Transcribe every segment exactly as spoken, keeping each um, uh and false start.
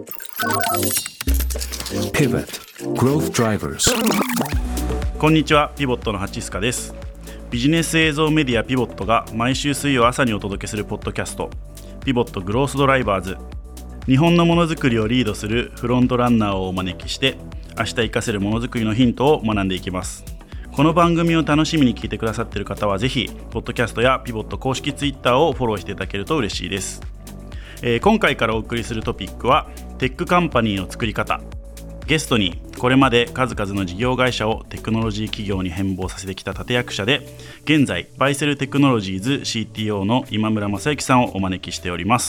Pivot Growth Drivers。 こんにちは、ピボットのハチスカです。ビジネス映像メディアピボットが毎週水曜朝にお届けするポッドキャスト、ピボットグロースドライバーズ。日本のものづくりをリードするフロントランナーをお招きして、明日活かせるものづくりのヒントを学んでいきます。この番組を楽しみに聞いてくださっている方は、ぜひポッドキャストやピボット公式ツイッターをフォローしていただけると嬉しいです。えー、今回からお送りするトピックはテックカンパニーの作り方。ゲストにこれまで数々の事業会社をテクノロジー企業に変貌させてきた立役者で、現在バイセルテクノロジーズ シーティーオー の今村正幸さんをお招きしております。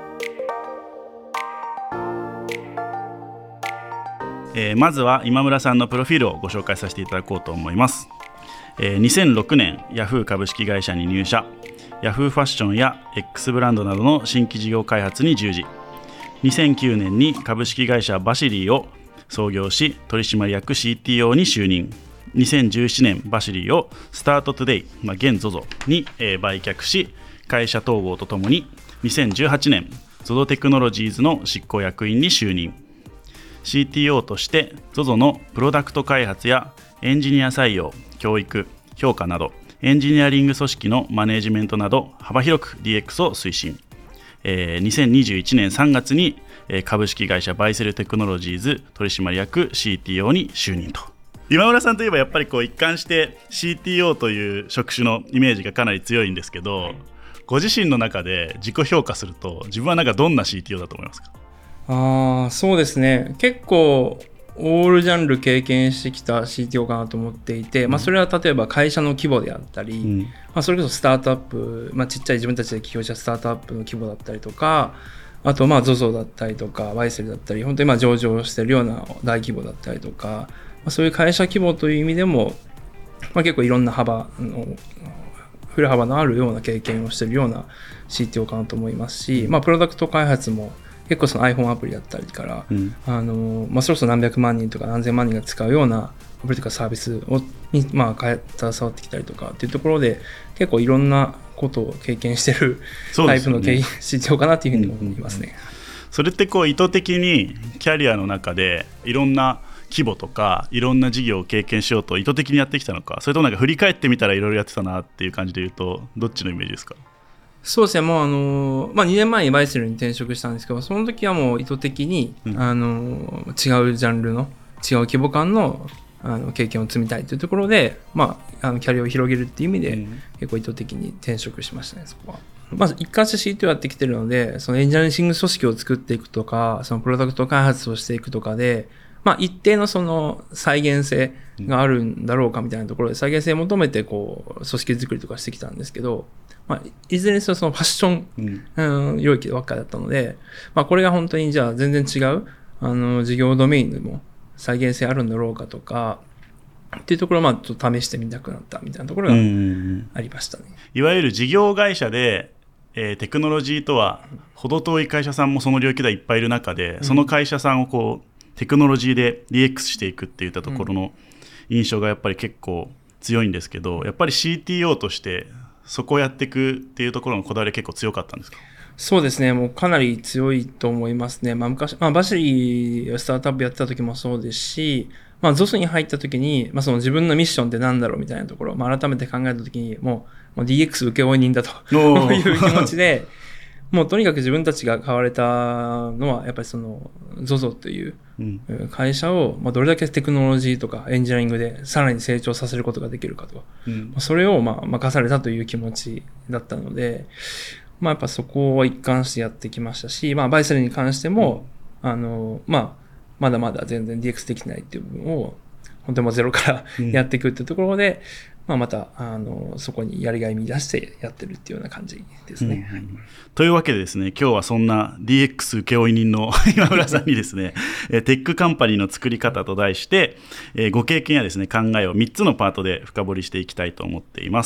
えー、まずは今村さんのプロフィールをご紹介させていただこうと思います。えー、にせんろくねんヤフー株式会社に入社。ヤフーファッションや X ブランドなどの新規事業開発に従事。にせんきゅうねんに株式会社バシリーを創業し、取締役 シーティーオー に就任。にせんじゅうななねんバシリーをスタートトゥデイ、まあ、現 ゾゾ に、えー、売却し、会社統合とともににせんじゅうはちねん ゾゾ テクノロジーズの執行役員に就任。 シーティーオー として ゾゾ のプロダクト開発やエンジニア採用、教育、評価などエンジニアリング組織のマネジメントなど幅広く ディーエックス を推進。えー、にせんにじゅういちねんさんがつに株式会社バイセルテクノロジーズ取締役 シーティーオー に就任と。今村さんといえばやっぱりこう一貫して シーティーオー という職種のイメージがかなり強いんですけど、ご自身の中で自己評価すると自分はなんかどんな シーティーオー だと思いますか？ あ、そうですね、結構オールジャンル経験してきた シーティーオー かなと思っていて、うん、まあ、それは例えば会社の規模であったり、うん、まあ、それこそスタートアップ、まあ、ちっちゃい自分たちで起業したスタートアップの規模だったりとか、あとまあ ゾゾ だったりとかバイセルだったり、本当にまあ上場してるような大規模だったりとか、まあ、そういう会社規模という意味でも、まあ、結構いろんな幅の振れ幅のあるような経験をしているような シーティーオー かなと思いますし、まあ、プロダクト開発も結構その iPhone アプリだったりから、うん、あのまあ、そろそろ何百万人とか何千万人が使うようなアプリとかサービスをに、まあ、携わってきたりとかっていうところで、結構いろんなことを経験してるタイプの経営 シーティーオー かなというふうに思いますね。 うんうんうん、それってこう意図的にキャリアの中でいろんな規模とかいろんな事業を経験しようと意図的にやってきたのか、それともなんか振り返ってみたらいろいろやってたなっていう感じで言うと、どっちのイメージですか？ そうですね、もうあの、まあ、にねんまえにバイセルに転職したんですけど、その時はもう意図的に、うん、あの違うジャンルの違う規模感の、あの経験を積みたいというところで、まあ、あのキャリアを広げるっていう意味で、うん、結構意図的に転職しましたね、そこは。まず一貫して シーティーオー やってきてるので、そのエンジニアリング組織を作っていくとか、そのプロダクト開発をしていくとかで、まあ、一定のその再現性があるんだろうかみたいなところで再現性を求めてこう組織作りとかしてきたんですけど、まあ、いずれにせよそのファッション、うんうん、領域ばっかりだったので、まあ、これが本当にじゃあ全然違うあの事業ドメインでも再現性あるんだろうかとかっていうところをまあちょっと試してみたくなったみたいなところがありましたね。 いわゆる事業会社で、えー、テクノロジーとは程遠い会社さんもその領域ではいっぱいいる中で、その会社さんをこうテクノロジーで ディーエックス していくっていったところの印象がやっぱり結構強いんですけど、やっぱり シーティーオー としてそこをやっていくっていうところのこだわりは結構強かったんですか？ そうですね、もうかなり強いと思いますね。まあ、昔、まあ、バシリースタートアップやってた時もそうですし、まあ、ゾゾ に入った時に、まあ、その自分のミッションって何だろうみたいなところを、まあ、改めて考えた時にもう、もう ディーエックス 請負人だという気持ちでもうとにかく自分たちが買われたのはやっぱりその ゾゾ という会社をまあどれだけテクノロジーとかエンジニアリングでさらに成長させることができるかと、うん、それをまあ任されたという気持ちだったので、まあやっぱそこを一貫してやってきましたし、まあバイセルに関しても、うん、あのまあまだまだ全然 ディーエックス できないっていう部分を本当にもうゼロからやっていくっていうところで、うん、まあ、またあのそこにやりがい見出してやってるっていうような感じですね。うん、 というわけでですね、今日はそんな ディーエックス 請負人の今村さんにですねテックカンパニーの作り方と題して、えー、ご経験やですね考えをみっつのパートで深掘りしていきたいと思っています。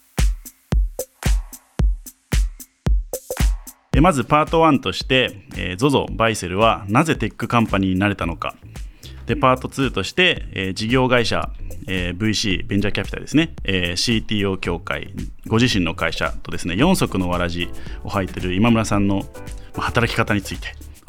えー、まずパートワンとして、えー、ゾゾ バイセルはなぜテックカンパニーになれたのか。でパートツーとして、えー、事業会社、えー、ブイシー ベンチャーキャピタルですね、えー、シーティーオー 協会ご自身の会社とですねよん足のわらじを履いている今村さんの働き方についてお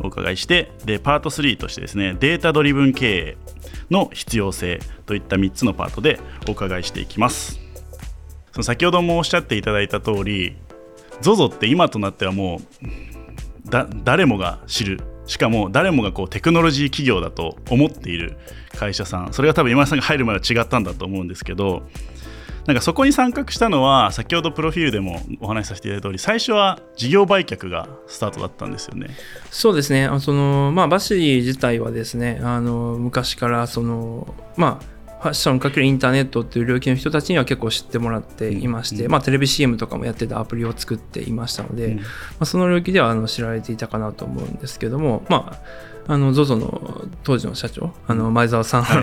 お伺いして、でパートスリーとしてですね、データドリブン経営の必要性といったみっつのパートでお伺いしていきます。その先ほどもおっしゃっていただいた通り、 ゾゾ って今となってはもうだ誰もが知る、しかも誰もがこうテクノロジー企業だと思っている会社さん、それが多分今田さんが入るまでは違ったんだと思うんですけど、なんかそこに参画したのは先ほどプロフィールでもお話しさせていただいた通り、最初は事業売却がスタートだったんですよね。 そうですね。あのそのまあバシリ自体はですね、あの昔からそのまあファッション×インターネットっていう領域の人たちには結構知ってもらっていまして、うんうん、まあ、テレビ シーエム とかもやってたアプリを作っていましたので、うん、まあ、その領域ではあの知られていたかなと思うんですけども、まあ、あの ゾゾ の当時の社長、あの前澤さん、はい、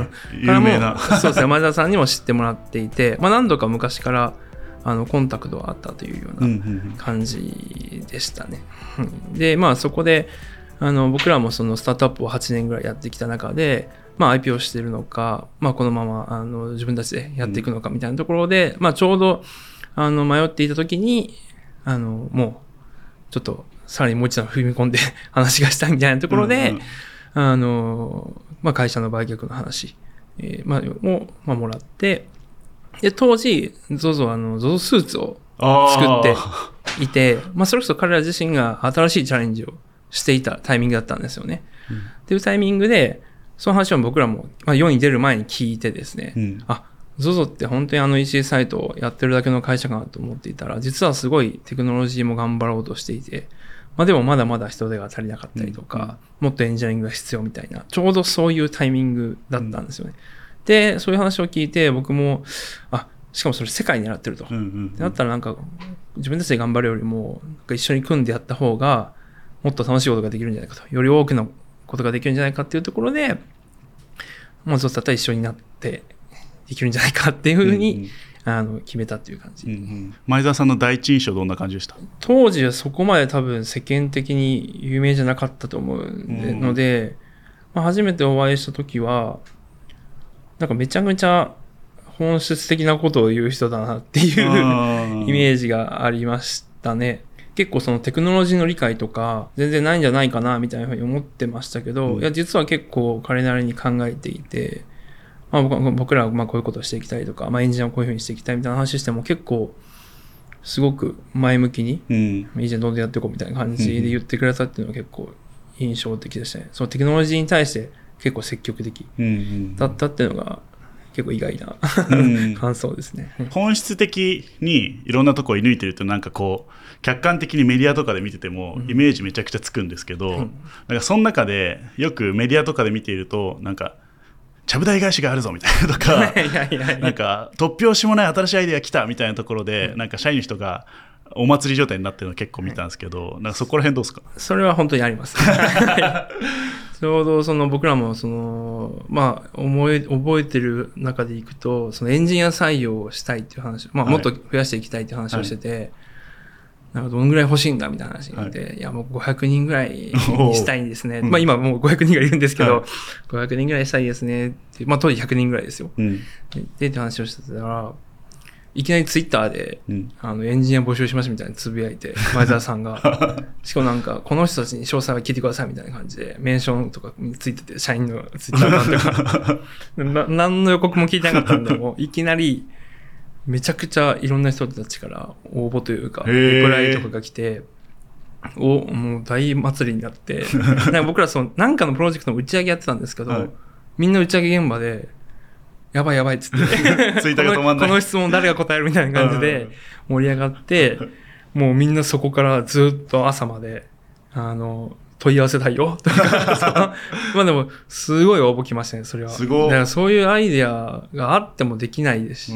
からも有名なそうですね、前澤さんにも知ってもらっていて、まあ、何度か昔からあのコンタクトはあったというような感じでしたね。うんうんうん、で、まあ、そこであの僕らもそのスタートアップをはちねんぐらいやってきた中で、まあ、アイピーオー しているのか、まあ、このままあの自分たちでやっていくのかみたいなところで、うん、まあ、ちょうどあの迷っていた時にあのもうちょっとさらにもう一度踏み込んで話がしたいみたいなところで、うんうん、あのまあ、会社の売却の話、えーまあ、を、まあ、もらって、で当時 ゾゾ あの ゾゾ スーツを作っていて、まあ、それこそ彼ら自身が新しいチャレンジをしていたタイミングだったんですよね。うん、っていうタイミングでその話を僕らも、まあ、世に出る前に聞いてですね、うん、あ、ゾゾ って本当にあの イーシー サイトをやってるだけの会社かなと思っていたら、実はすごいテクノロジーも頑張ろうとしていて、まあ、でもまだまだ人手が足りなかったりとか、うん、もっとエンジニアリングが必要みたいな、ちょうどそういうタイミングだったんですよね。うん、で、そういう話を聞いて、僕も、あ、しかもそれ世界狙ってると。うんうんうん、だったらなんか、自分たちで頑張るよりも、なんか一緒に組んでやった方が、もっと楽しいことができるんじゃないかと。より多くのことができるんじゃないかっていうところで、もうゾゾだったら一緒になってできるんじゃないかっていうふうに、うんうん、あの決めたっていう感じ、うんうん、 前澤さんの第一印象どんな感じでした？ 当時はそこまで多分世間的に有名じゃなかったと思うので、うんまあ、初めてお会いした時はなんかめちゃめちゃ本質的なことを言う人だなっていうイメージがありましたね。結構そのテクノロジーの理解とか全然ないんじゃないかなみたいなふうに思ってましたけど、うん、いや実は結構彼なりに考えていて、まあ、僕, 僕らはまあこういうことをしていきたいとか、まあ、エンジニアをこういうふうにしていきたいみたいな話しても結構すごく前向きに、うん、いいじゃんどんどんやっていこうみたいな感じで言ってくれたっていうのは結構印象的でしたね。そのテクノロジーに対して結構積極的だったっていうのが結構意外な、うん、感想ですね。 本質的にいろんなところを射抜いてるとなんかこう客観的にメディアとかで見ててもイメージめちゃくちゃつくんですけど、うん、なんかその中でよくメディアとかで見ているとなんかちゃぶ台返しがあるぞみたいなとかいやいやいやなんか突拍子もない新しいアイデア来たみたいなところで、うん、なんか社員の人がお祭り状態になってるの結構見たんですけど、はい、なんかそこら辺どうですか？ それは本当にありますちょうどその僕らもその、まあ、思い覚えてる中でいくとそのエンジニア採用をしたいっていう話、まあ、もっと増やしていきたいっていう話をしてて、はい、なんかどんぐらい欲しいんだみたいな話になって、はい、いやもうごひゃくにんぐらいにしたいんですねまあ今もうごひゃくにんがいるんですけど、はい、ごひゃくにんぐらいしたいですねって、まあ当時ひゃくにんぐらいですよ、うん、でって話をしてたらいきなりツイッターで、うん、あのエンジニア募集しましたみたいなつぶやいて前澤さんがしかもなんかこの人たちに詳細は聞いてくださいみたいな感じでメンションとかについてて社員のツイッターアカウントがな何の予告も聞いてなかったんでもういきなりめちゃくちゃいろんな人たちから応募というかリプライとかが来ておもう大祭りになってなんか僕らそのなんかのプロジェクトの打ち上げやってたんですけど、はい、みんな打ち上げ現場でやばいやばいっつってツイッターが止まんないこの質問誰が答えるみたいな感じで盛り上がってもうみんなそこからずっと朝まであの問い合わせたいよとかまあでもすごい応募来ましたね。それはすごい。 だからそういうアイデアがあってもできないですし、うん、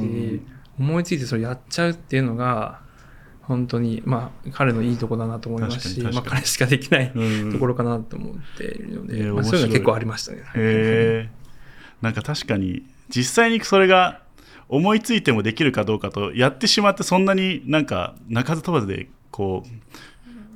思いついてそれやっちゃうっていうのが本当にまあ彼のいいとこだなと思いますし、まあ彼しかできないところかなと思っているので、うんまあ、そういうのは結構ありましたね。 へーなんか確かに実際にそれが思いついてもできるかどうかとやってしまってそんなになんか鳴かず飛ばずでこう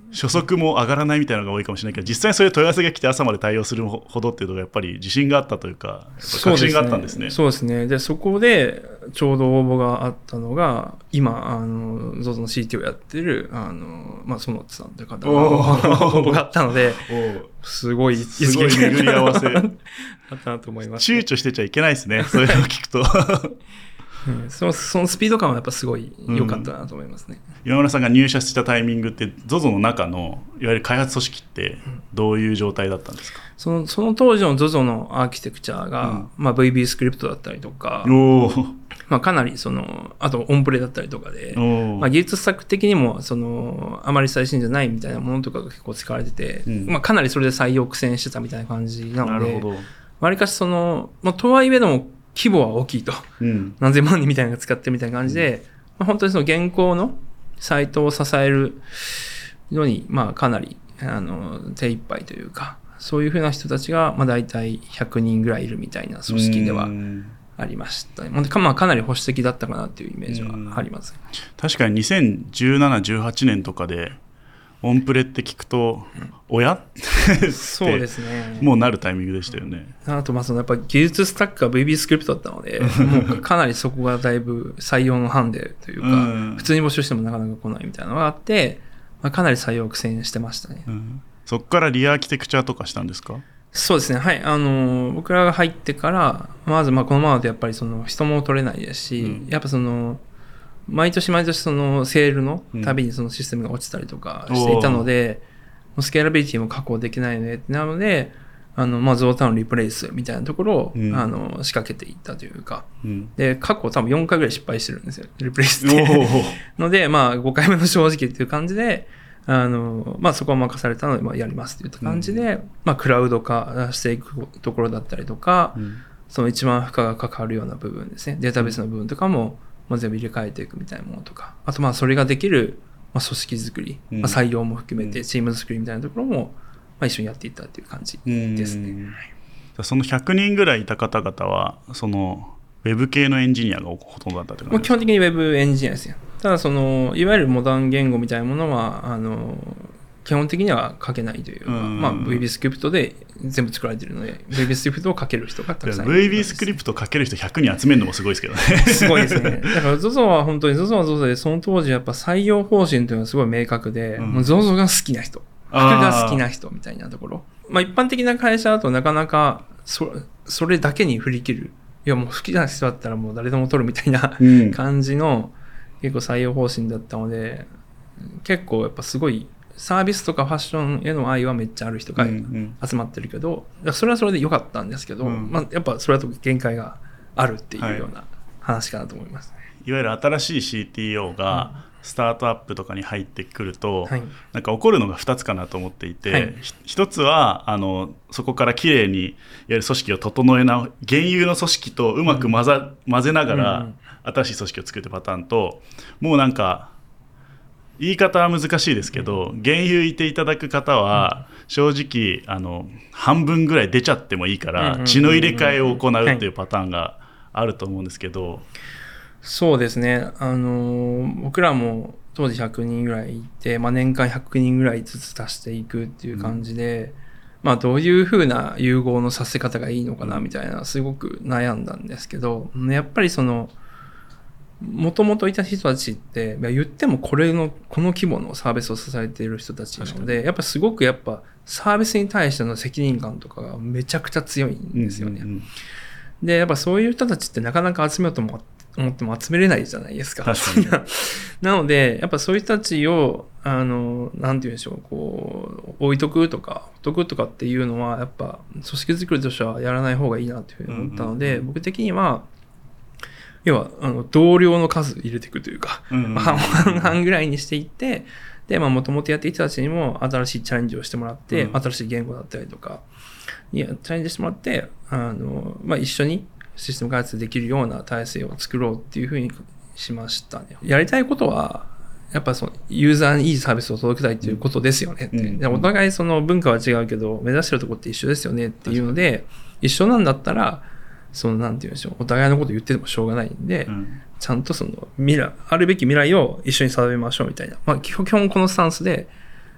初速も上がらないみたいなのが多いかもしれないけど、実際そういう問い合わせが来て朝まで対応するほどっていうのがやっぱり自信があったというか、確信があったんですね。 そうですね。で、そこでちょうど応募があったのが、今、あの、ゾゾ の シーティー をやってる、あの、まあ、園津さんという方が応募があったので、すごい、 すごい巡り合わせ。 だったなと思います、 ね。躊躇してちゃいけないですね。そういうのを聞くと。 うん、そのそのスピード感はやっぱすごい良かったなと思いますね、 うん、今村さんが入社したタイミングって ゾゾ の中のいわゆる開発組織ってどういう状態だったんですか？ その、その当時の ゾゾ のアーキテクチャが、うんまあ、ブイビー スクリプトだったりとか、まあ、かなりそのあとオンプレだったりとかで、まあ、技術スタック的にもそのあまり最新じゃないみたいなものとかが結構使われてて、うんまあ、かなりそれで採用苦戦してたみたいな感じなので、わりかしその、まあ、とはいえでも規模は大きいと、うん、何千万人みたいなのが使ってるみたいな感じで、うんまあ、本当にその現行のサイトを支えるのに、まあ、かなりあの手一杯というか、そういうふうな人たちが、まあ、大体ひゃくにんぐらいいるみたいな組織ではありましたね。か, まあ、かなり保守的だったかなっていうイメージはあります。 確かににせんじゅうなな、じゅうはちねんとかでオンプレって聞くと、うん、親そうですね。 もうなるタイミングでしたよね。 あとまあそのやっぱ技術スタックが ブイビー スクリプトだったので、もうかなりそこがだいぶ採用のハンデというか、うん、普通に募集してもなかなか来ないみたいなのがあって、まあ、かなり採用苦戦してましたね。うん、 そこからリアーキテクチャとかしたんですか？ そうですね。はい。あの、僕らが入ってから、まずまあこのままだとやっぱりその人も取れないですし、うん、やっぱその、毎年毎年そのセールのたびにそのシステムが落ちたりとかしていたので、うん、スケーラビリティも確保できないので、なので、あの、まあ、ゾウタウンリプレイスみたいなところを、うん、あの、仕掛けていったというか、うん、で、過去多分よんかいぐらい失敗してるんですよ、リプレイスって。ので、まあ、ごかいめの正直っていう感じで、あの、まあ、そこは任されたので、まあ、やりますっていった感じで、うん、まあ、クラウド化していくところだったりとか、うん、その一番負荷がかかるような部分ですね、データベースの部分とかも、まあ、全部入れ替えていくみたいなものとか、あとまあそれができる、まあ、組織作り、うんまあ、採用も含めてチーム作りみたいなところも、まあ、一緒にやっていったっていう感じですね。うんそのひゃくにんぐらいいた方々はそのウェブ系のエンジニアがほとんどだったというか、 基本的にウェブエンジニアですよ。ただそのいわゆるモダン言語みたいなものはあの基本的には書けないというか、うんまあ、ブイビー スクリプトで全部作られているので ブイビー スクリプトを書ける人がたくさんいる。 ブイビー スクリプト書ける人ひゃくにん集めるのもすごいですけどね。 すごいですね。だから ゾゾ は本当に ゾゾ は ゾゾ でその当時やっぱ採用方針というのはすごい明確で、うん、もう ゾゾ が好きな人、服が好きな人みたいなところ。まあ一般的な会社だとなかなかそそれだけに振り切る。いやもう好きな人だったらもう誰でも取るみたいな、うん、感じの結構採用方針だったので、結構やっぱすごいサービスとかファッションへの愛はめっちゃある人が集まってるけど、うんうん、それはそれで良かったんですけど、うんまあ、やっぱそれだと限界があるっていうような話かなと思いますね。はい、 いわゆる新しい シーティーオー がスタートアップとかに入ってくると、はい、なんか起こるのがふたつかなと思っていて、はい、ひとつはあのそこからきれいにいわゆる組織を整えな現有の組織とうまく混ざ、うん、混ぜながら新しい組織を作るパターンと、もうなんか言い方は難しいですけど、現有いていただく方は正直あの半分ぐらい出ちゃってもいいから血の入れ替えを行うっていうパターンがあると思うんですけど。 そうですね、あの僕らも当時ひゃくにんぐらいいて、まあ、年間ひゃくにんぐらいずつ足していくっていう感じで、うんまあ、どういう風な融合のさせ方がいいのかなみたいなすごく悩んだんですけど、やっぱりそのもともといた人たちって言ってもこれのこの規模のサービスを支えている人たちなので、やっぱすごくやっぱサービスに対しての責任感とかがめちゃくちゃ強いんですよね。うんうんうん、でやっぱそういう人たちってなかなか集めようと思っても集めれないじゃないですか。確かになのでやっぱそういう人たちをあのなんて言うんでしょう、こう置いとくとかほっとくとかっていうのはやっぱ組織作りとしてはやらない方がいいなというふうに思ったので、うんうんうん、僕的には要はあの同僚の数入れていくというか、うんうんうん、半々ぐらいにしていって、でまあもともとやっていた人たちにも新しいチャレンジをしてもらって、うん、新しい言語だったりとかにチャレンジしてもらってあの、まあ、一緒にシステム開発できるような体制を作ろうっていうふうにしましたね。やりたいことはやっぱそのユーザーにいいサービスを届けたいっていうことですよねって、うんうん、お互いその文化は違うけど目指してるところって一緒ですよねっていうので、一緒なんだったらそのなんて言うんでしょう、お互いのこと言っててもしょうがないんで、うん、ちゃんとその未来あるべき未来を一緒に定めましょうみたいな、まあ、基本このスタンスで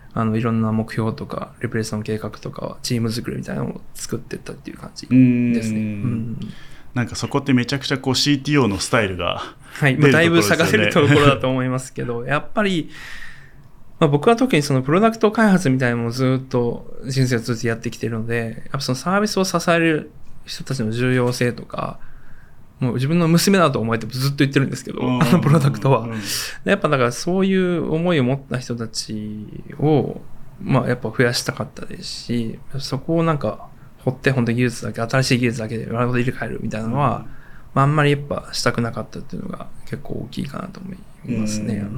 あのいろんな目標とかレプレーション計画とかチーム作りみたいなのを作っていったっていう感じですね。うん、 なんかそこってめちゃくちゃこう シーティーオー のスタイルがはい、まあ、だいぶ探せるところだと思いますけどやっぱり、まあ、僕は特にそのプロダクト開発みたいなのをずっと人生を通じてやってきているので、やっぱそのサービスを支える人たちの重要性とか、もう自分の娘だと思えてずっと言ってるんですけど、あのプロダクトは。やっぱだからそういう思いを持った人たちを、まあやっぱ増やしたかったですし、そこをなんか掘って本当に技術だけ、新しい技術だけで丸ごと入れ替えるみたいなのは、うんまあ、あんまりやっぱしたくなかったっていうのが結構大きいかなと思いますね。うん、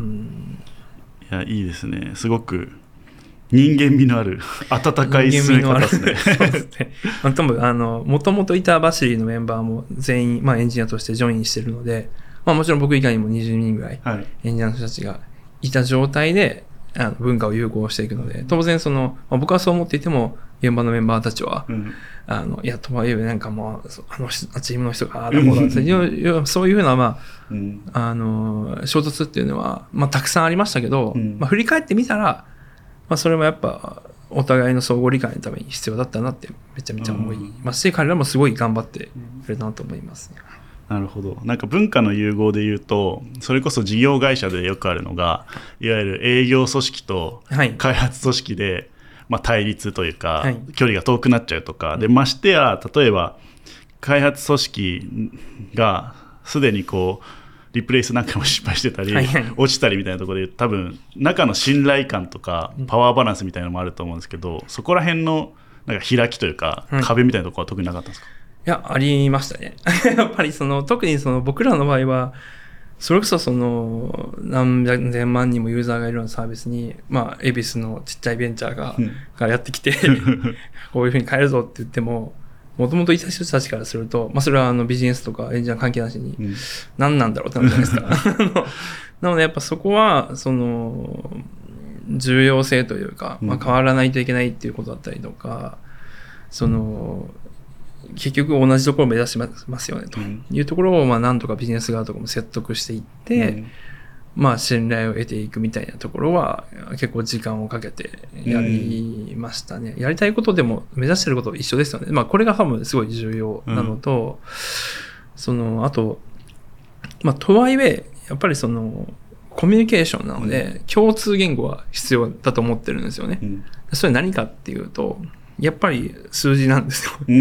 いや、いいですね。すごく人間味のある温かい進め方ですね。そうですね。 まあ、ともあの元々いたバシリーのメンバーも全員、まあ、エンジニアとしてジョインしてるので、まあ、もちろん僕以外にもにじゅうにんぐらいエンジニアの人たちがいた状態であの文化を融合していくので、当然その、まあ、僕はそう思っていても現場のメンバーたちは、うん、あのいやとはいえなんかもうあのチームの人があのそういうふうな、まあうん、あの衝突っていうのは、まあ、たくさんありましたけど、うんまあ、振り返ってみたら、まあ、それもやっぱお互いの相互理解のために必要だったなってめちゃめちゃ思いますし、彼らもすごい頑張ってくれたなと思いますね。 なるほど。なんか文化の融合で言うと、それこそ事業会社でよくあるのが、いわゆる営業組織と開発組織で、はいまあ、対立というか、はい、距離が遠くなっちゃうとか、でましてや例えば開発組織がすでにこうリプレイスなんかも失敗してたり、はいはい、落ちたりみたいなところで多分中の信頼感とかパワーバランスみたいなのもあると思うんですけど、そこら辺のなんか開きというか、はい、壁みたいなところは特になかったんですか？ いや、ありましたね。やっぱりその特にその僕らの場合はそれこそその何千万人もユーザーがいるようなサービスに、まあ、恵比寿のちっちゃいベンチャーが、うん、がやってきてこういうふうに変えるぞって言っても、もともといた人たちからすると、まあ、それはあのビジネスとかエンジニア関係なしに、うん、何なんだろうってなるじゃないですか。なのでやっぱそこはその重要性というか、まあ、変わらないといけないっていうことだったりとか、その結局同じところを目指しますよねというところをまあなんとかビジネス側とかも説得していって、うん、まあ信頼を得ていくみたいなところは結構時間をかけてやりましたね。うん、やりたいことでも目指してること一緒ですよね。まあこれが多分すごい重要なのと、うん、そのあとまあとはいえやっぱりそのコミュニケーションなので、うん、共通言語は必要だと思ってるんですよね。うん、それ何かっていうと。やっぱり数字なんですよ。うん、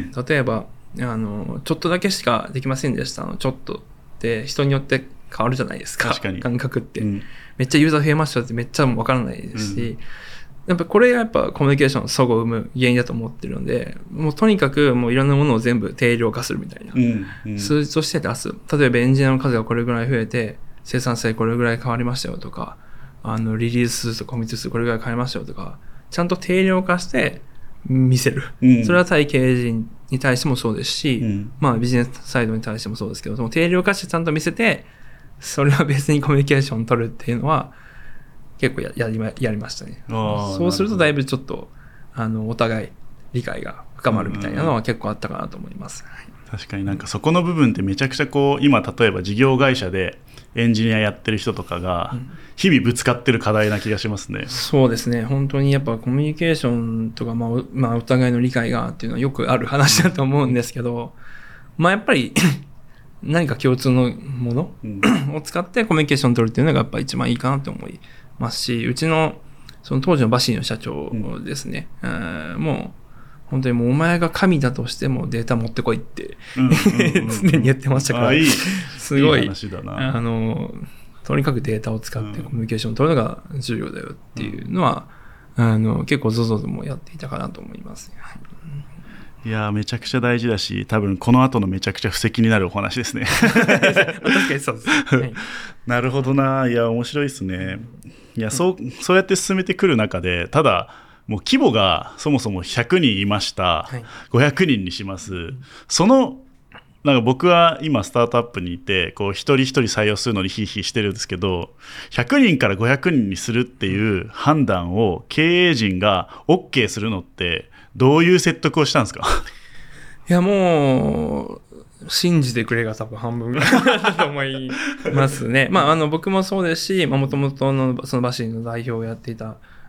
例えばあのちょっとだけしかできませんでしたのちょっとって人によって変わるじゃないですか。 確かに感覚って、うん、めっちゃユーザー増えましたってめっちゃ分からないですし、うん、やっぱこれがやっぱコミュニケーションの齟齬を生む原因だと思ってるので、もうとにかくもういろんなものを全部定量化するみたいな、うんうん、数字として出す。例えばエンジニアの数がこれぐらい増えて生産性これぐらい変わりましたよとか、あのリリース数とコミット数これぐらい変わりましたよとか、ちゃんと定量化して見せる、うん、それは対経営陣に対してもそうですし、うん、まあビジネスサイドに対してもそうですけど、その定量化してちゃんと見せて、それは別にコミュニケーション取るっていうのは結構 や, や, りまやりましたね。そうするとだいぶちょっとあのお互い理解が深まるみたいなのは結構あったかなと思います。 うん、確かになんかそこの部分ってめちゃくちゃこう今例えば事業会社でエンジニアやってる人とかが日々ぶつかってる課題な気がしますね。 うん、そうですね。本当にやっぱコミュニケーションとか、まあおまあ、お互いの理解がっていうのはよくある話だと思うんですけど、まあやっぱり何か共通のもの、うん、を使ってコミュニケーションを取るっていうのがやっぱ一番いいかなと思いますし、うちのその当時のバシーの社長ですね、うん、もう本当にもうお前が神だとしてもデータ持ってこいって、うんうんうん、常に言ってましたから、いいすごい、いい話だな。あのとにかくデータを使ってコミュニケーションを取るのが重要だよっていうのは、うん、あの結構 ゾゾ でもやっていたかなと思います、ね。 いやめちゃくちゃ大事だし、多分この後のめちゃくちゃ布石になるお話ですね。 確かにそうです、はい、 なるほどな。いや面白いですね。いや そう、そうやって進めてくる中で、ただもう規模がそもそもひゃくにんいました、はい、ごひゃくにんにします。そのなんか僕は今スタートアップにいてこう一人一人採用するのにヒーヒーしてるんですけど、ひゃくにんからごひゃくにんにするっていう判断を経営陣が OK するのってどういう説得をしたんですか？ いやもう信じてくれが多分半分ぐらいだと思いますね。まああの僕もそうですし、もともとのそのバシーの代表をやっていた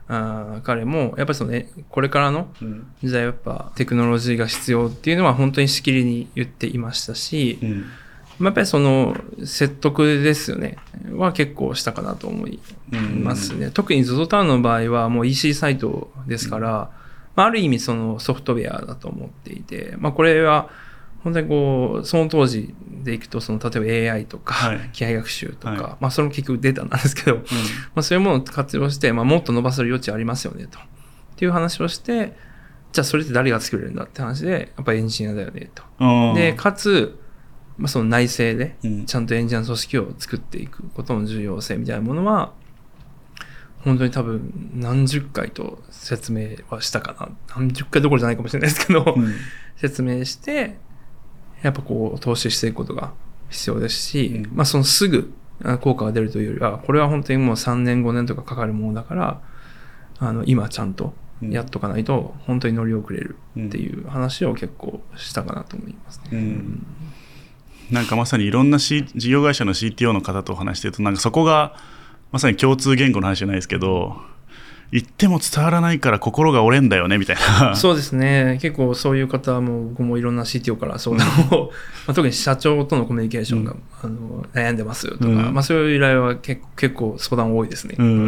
あ彼もやっぱりその、ね、これからの時代やっぱテクノロジーが必要っていうのは本当にしきりに言っていましたし、うん、やっぱりその説得ですよねは結構したかなと思いますね、うん、特に ゾゾ タウンの場合はもう イーシー サイトですから、うんまあ、ある意味そのソフトウェアだと思っていて、まあ、これは本当にこうその当時でいくとその例えば エーアイ とか、はい、機械学習とか、はいまあ、それも結局データなんですけど、うんまあ、そういうものを活用して、まあ、もっと伸ばせる余地ありますよねとっていう話をして、じゃあそれって誰が作れるんだって話でやっぱりエンジニアだよねと。でかつ、まあ、その内政でちゃんとエンジニアの組織を作っていくことの重要性みたいなものは本当に多分何十回と説明はしたかな。何十回どころじゃないかもしれないですけど、うん、説明してやっぱこう投資していくことが必要ですし、うんまあ、そのすぐ効果が出るというよりはこれは本当にもうさんねんごねんとかかかるものだからあの今ちゃんとやっとかないと本当に乗り遅れるっていう話を結構したかなと思いますね、うんうん、 なんかまさにいろんな、C、事業会社の シーティーオー の方とお話してるとなんかそこがまさに共通言語の話じゃないですけど言っても伝わらないから心が折れんだよねみたいな。 そうですね、結構そういう方も僕もいろんな シーティーオー から相談を、まあ、特に社長とのコミュニケーションが、うん、あの悩んでますとか、うんまあ、そういう依頼は結構、結構相談多いですね、うんうん、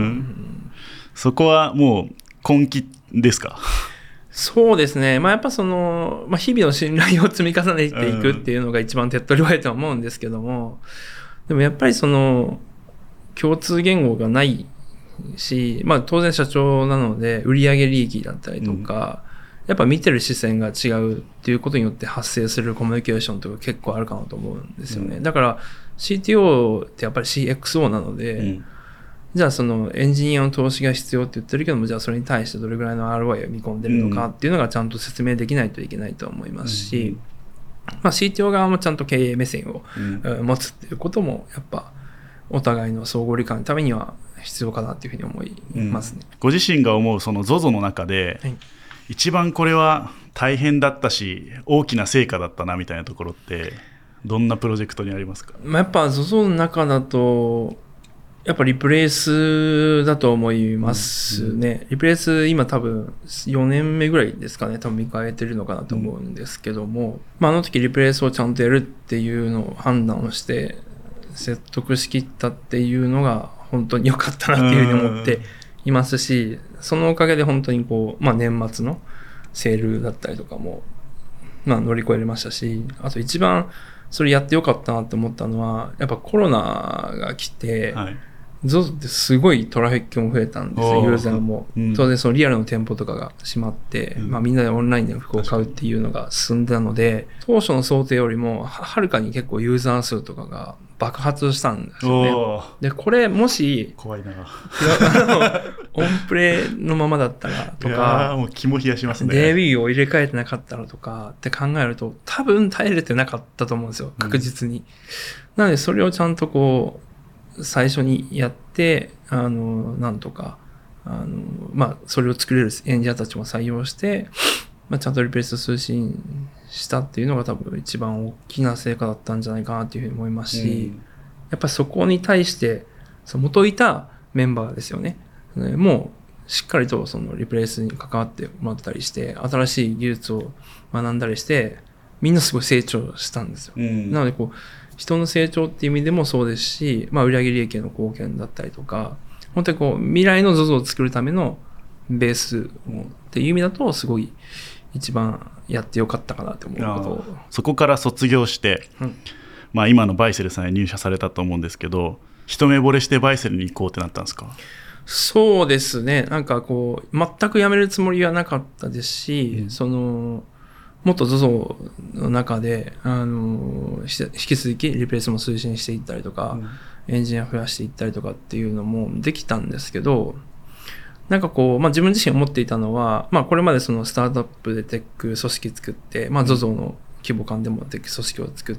そこはもう根気ですか？ そうですね、まあ、やっぱその、まあ、日々の信頼を積み重ねていくっていうのが一番手っ取り早いとは思うんですけども、でもやっぱりその共通言語がないし、まあ、当然社長なので売上利益だったりとか、うん、やっぱ見てる視線が違うっていうことによって発生するコミュニケーションとか結構あるかなと思うんですよね、うん、だから シーティーオー ってやっぱり シーエックスオー なので、うん、じゃあそのエンジニアの投資が必要って言ってるけどもじゃあそれに対してどれぐらいの アールオーアイ を見込んでるのかっていうのがちゃんと説明できないといけないと思いますし、うんまあ、シーティーオー 側もちゃんと経営目線を、うん、持つっていうこともやっぱお互いの相互理解のためには必要かなというふうに思いますね、 うん、ご自身が思うその ゾゾ の中で、はい、一番これは大変だったし大きな成果だったなみたいなところってどんなプロジェクトにありますか？ まあ、やっぱ ゾゾ の中だとやっぱリプレイスだと思いますね、うんうん、リプレイス今多分よねんめぐらいですかね、多分見返えてるのかなと思うんですけども、うんまあ、あの時リプレイスをちゃんとやるっていうのを判断をして説得しきったっていうのが本当に良かったなっていうふうに思っていますし、そのおかげで本当にこう、まあ、年末のセールだったりとかも、まあ、乗り越えれましたし、あと一番それやってよかったなって思ったのはやっぱコロナが来て、はい、ゾゾ ってすごいトラフィックも増えたんですよ、ユーザーも、うん、当然そのリアルの店舗とかが閉まって、うんまあ、みんなでオンラインで服を買うっていうのが進んだので当初の想定よりもはるかに結構ユーザー数とかが爆発したんですよね。でこれもし怖いなオンプレのままだったらとか、いやもう肝冷やしますね。 デービー を入れ替えてなかったらとかって考えると多分耐えれてなかったと思うんですよ、確実に、うん、なのでそれをちゃんとこう最初にやってあのなんとかあの、まあ、それを作れるエンジニアたちも採用して、まあ、ちゃんとリプレイス通信したっていうのが多分一番大きな成果だったんじゃないかなっていうふうに思いますし、うん、やっぱりそこに対してその元いたメンバーですよね、もうしっかりとそのリプレイスに関わってもらったりして新しい技術を学んだりしてみんなすごい成長したんですよ、うん、なのでこう人の成長っていう意味でもそうですし、まあ、売上利益への貢献だったりとか本当にこう未来の ゾゾ を作るためのベースっていう意味だとすごい一番やってよかったかなと思うことを、 そこから卒業して、うんまあ、今のバイセルさんへ入社されたと思うんですけど一目惚れしてバイセルに行こうってなったんですか？ そうですね、なんかこう全く辞めるつもりはなかったですし、うん、そのもっと ゾゾ の中であの引き続きリプレイスも推進していったりとか、うん、エンジニア増やしていったりとかっていうのもできたんですけど、なんかこう、まあ、自分自身思っていたのは、まあ、これまでそのスタートアップでテック組織作って、まあ、ゾゾ の規模感でもテック組織を作って、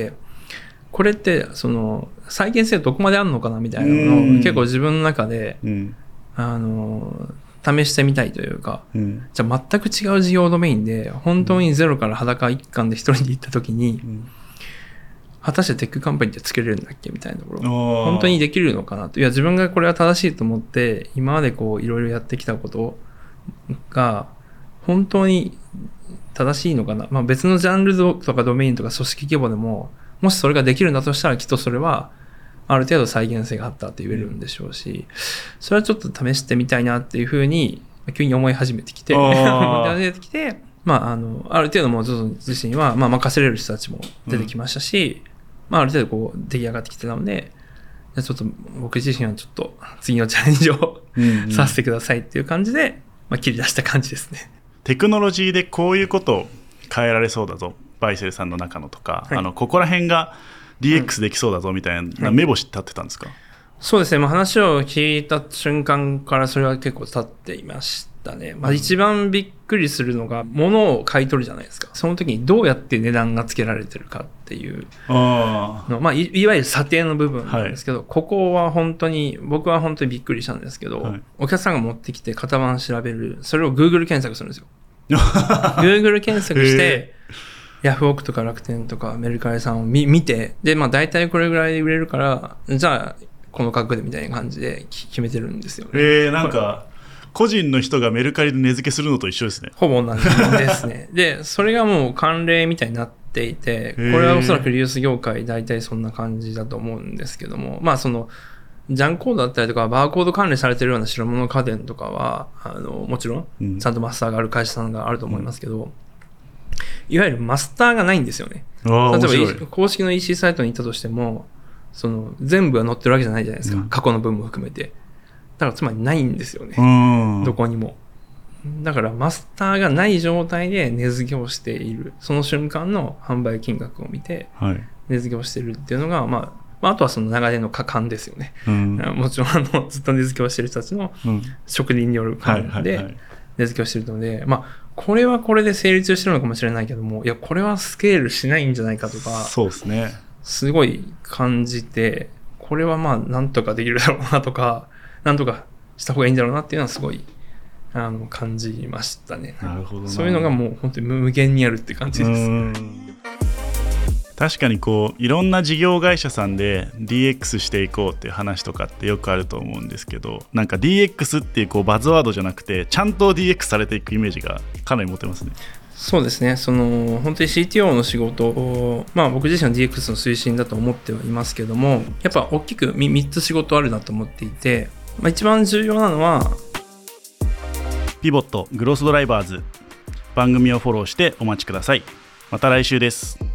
これってその再現性どこまであるのかなみたいなのを結構自分の中で、うん、あの試してみたいというか、うん、じゃあ全く違う事業ドメインで本当にゼロから裸一貫で一人で行った時に、うん、 果たしてテックカンパニーって作れるんだっけみたいなところ、 本本当にできるのかなと。いや、自分がこれは正しいと思って、今までこう、いろいろやってきたことが、本当に正しいのかな。まあ別のジャンルとかドメインとか組織規模でも、もしそれができるんだとしたら、きっとそれは、ある程度再現性があったって言えるんでしょうし、それはちょっと試してみたいなっていうふうに、急に思い始めてきて、思い始めてきて、まあ、あの、ある程度もう ゾゾ 自身は、まあ任せれる人たちも出てきましたし、うんまあ、ある程度こう出来上がってきてたので、ちょっと僕自身はちょっと次のチャレンジをうん、うん、させてくださいっていう感じで、まあ、切り出した感じですね。 テクノロジーでこういうことを変えられそうだぞ、バイセルさんの中のとか、はい、あのここら辺が ディーエックス できそうだぞみたいな目星立ってたんですか？はい、 そうですね、まあ、話を聞いた瞬間からそれは結構立っていましたね。まあ、一番びっくりするのが物を買い取るじゃないですか。その時にどうやって値段がつけられてるかっていうの、あまあ、い, いわゆる査定の部分なんですけど、はい、ここは本当に僕は本当にびっくりしたんですけど、はい、お客さんが持ってきて型番調べる、それを Google 検索するんですよ。Google 検索してヤフオクとか楽天とかメルカリさんを 見, 見てで、まあ、大体これぐらいで売れるからじゃあこの価格でみたいな感じで決めてるんですよね。 えー、なんか個人の人がメルカリで値付けするのと一緒ですね。 ほぼ同じですね。で、それがもう慣例みたいになっていて、これはおそらくリユース業界大体そんな感じだと思うんですけども、まあその、ジャンコードだったりとか、バーコード管理されてるような白物家電とかは、あの、もちろん、ちゃんとマスターがある会社さんがあると思いますけど、うん、いわゆるマスターがないんですよね。例えば、公式の イーシー サイトに行ったとしても、その、全部が載ってるわけじゃないじゃないですか。うん、過去の分も含めて。だからつまりないんですよね。どこにも。だからマスターがない状態で値付けをしている。その瞬間の販売金額を見て、値付けをしているっていうのが、まあ、あとはその流れの果敢ですよね。うん、もちろんあのずっと値付けをしている人たちの職人による勘で値付けをしているので、まあ、これはこれで成立してるのかもしれないけども、いや、これはスケールしないんじゃないかとか、 そうですね。 すごい感じて、これはまあ、なんとかできるだろうなとか、なんとかした方がいいんだろうなっていうのはすごいあの感じましたね。 なるほどな。 そういうのがもう本当に無限にあるって感じです。うん、 確かにこういろんな事業会社さんで ディーエックス していこうっていう話とかってよくあると思うんですけど、なんか ディーエックス っていうこうバズワードじゃなくてちゃんと ディーエックス されていくイメージがかなり持てますね。 そうですね。その本当に シーティーオー の仕事を、まあ僕自身は ディーエックス の推進だと思ってはいますけども、やっぱ大きくみっつ仕事あるなと思っていて、まあ、一番重要なのはピボットグロースドライバーズ、番組をフォローしてお待ちください。また来週です。